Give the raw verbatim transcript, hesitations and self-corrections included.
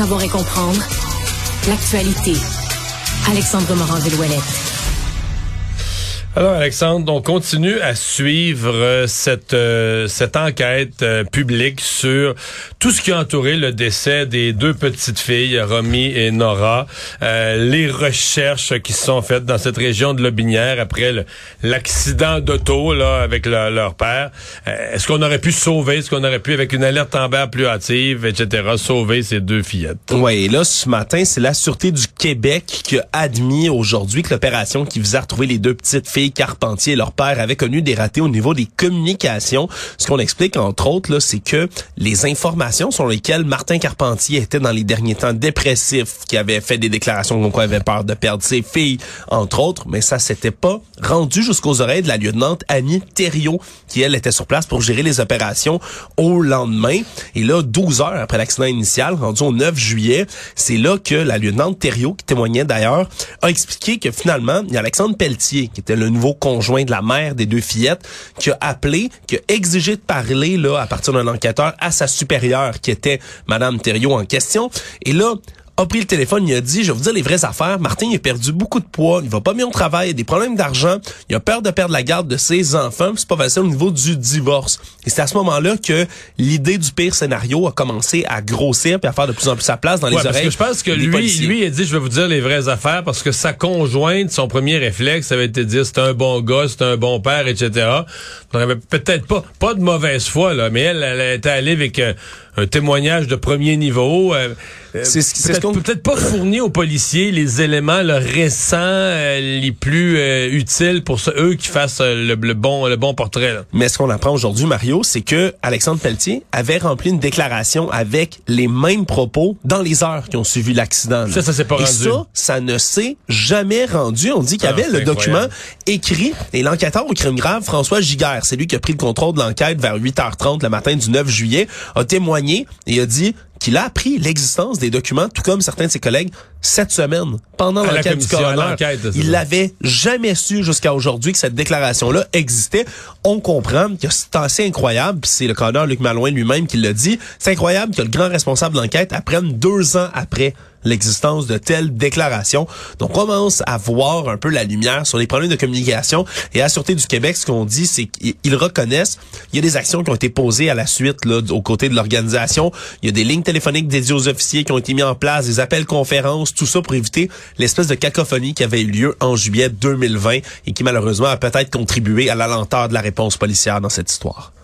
savoir et comprendre l'actualité. Alexandre Morin-Villouellette. Alors Alexandre, on continue à suivre euh, cette euh, cette enquête euh, publique sur tout ce qui a entouré le décès des deux petites filles, Romy et Nora, euh, les recherches qui se sont faites dans cette région de Lotbinière après le, l'accident d'auto là avec le, leur père. Euh, est-ce qu'on aurait pu sauver, est-ce qu'on aurait pu avec une alerte Amber plus hâtive, et cetera, sauver ces deux fillettes? Oui, et là ce matin, c'est la Sûreté du Québec qui a admis aujourd'hui que l'opération qui visait à retrouver les deux petites filles Carpentier et leur père avaient connu des ratés au niveau des communications. Ce qu'on explique, entre autres, là, c'est que les informations sur lesquelles Martin Carpentier était dans les derniers temps dépressif, qui avait fait des déclarations comme quoi il avait peur de perdre ses filles, entre autres, mais ça s'était pas rendu jusqu'aux oreilles de la lieutenante Annie Thériault, qui, elle, était sur place pour gérer les opérations au lendemain. Et là, douze heures après l'accident initial, rendu au neuf juillet, c'est là que la lieutenante Thériault, qui témoignait d'ailleurs, a expliqué que finalement, il y a Alexandre Pelletier, qui était le nouveau conjoint de la mère des deux fillettes, qui a appelé, qui a exigé de parler là à partir d'un enquêteur à sa supérieure, qui était Madame Thériault en question. Et là, a pris le téléphone, il a dit, je vais vous dire les vraies affaires, Martin il a perdu beaucoup de poids, il va pas bien au travail, il a des problèmes d'argent, il a peur de perdre la garde de ses enfants, c'est pas facile au niveau du divorce. Et c'est à ce moment-là que l'idée du pire scénario a commencé à grossir puis à faire de plus en plus sa place dans les ouais, oreilles. Parce que je pense que lui, policiers. lui, il a dit, je vais vous dire les vraies affaires parce que sa conjointe, son premier réflexe, ça avait été de dire, c'est un bon gars, c'est un bon père, et cetera. On avait peut-être pas, pas de mauvaise foi, là, mais elle, elle était allée avec euh, un témoignage de premier niveau. Euh, c'est ce, c'est peut-être, ce qu'on peut-être pas fourni aux policiers les éléments le récents, euh, les plus euh, utiles pour ça, eux qui fassent euh, le, le bon le bon portrait. Là. Mais ce qu'on apprend aujourd'hui, Mario, c'est que Alexandre Pelletier avait rempli une déclaration avec les mêmes propos dans les heures qui ont suivi l'accident. Là. Ça, ça s'est pas et rendu. Et ça, ça ne s'est jamais rendu. On dit qu'il y avait ah, le document écrit et l'enquêteur au crime grave, François Giguère, c'est lui qui a pris le contrôle de l'enquête vers huit heures trente le matin du neuf juillet, a témoigné et a dit qu'il a appris l'existence des documents, tout comme certains de ses collègues, cette semaine, pendant à l'enquête du coroner. Il l'avait jamais su jusqu'à aujourd'hui que cette déclaration-là existait. On comprend que c'est assez incroyable, puis c'est le coroner Luc Malouin lui-même qui l'a dit, c'est incroyable que le grand responsable de l'enquête apprenne deux ans après l'existence de telles déclarations. Donc, on commence à voir un peu la lumière sur les problèmes de communication. Et à la Sûreté du Québec, ce qu'on dit, c'est qu'ils reconnaissent, il y a des actions qui ont été posées à la suite, là, aux côtés de l'organisation. Il y a des lignes téléphoniques dédiées aux officiers qui ont été mis en place, des appels conférences, tout ça pour éviter l'espèce de cacophonie qui avait eu lieu en juillet deux mille vingt et qui, malheureusement, a peut-être contribué à la lenteur de la réponse policière dans cette histoire.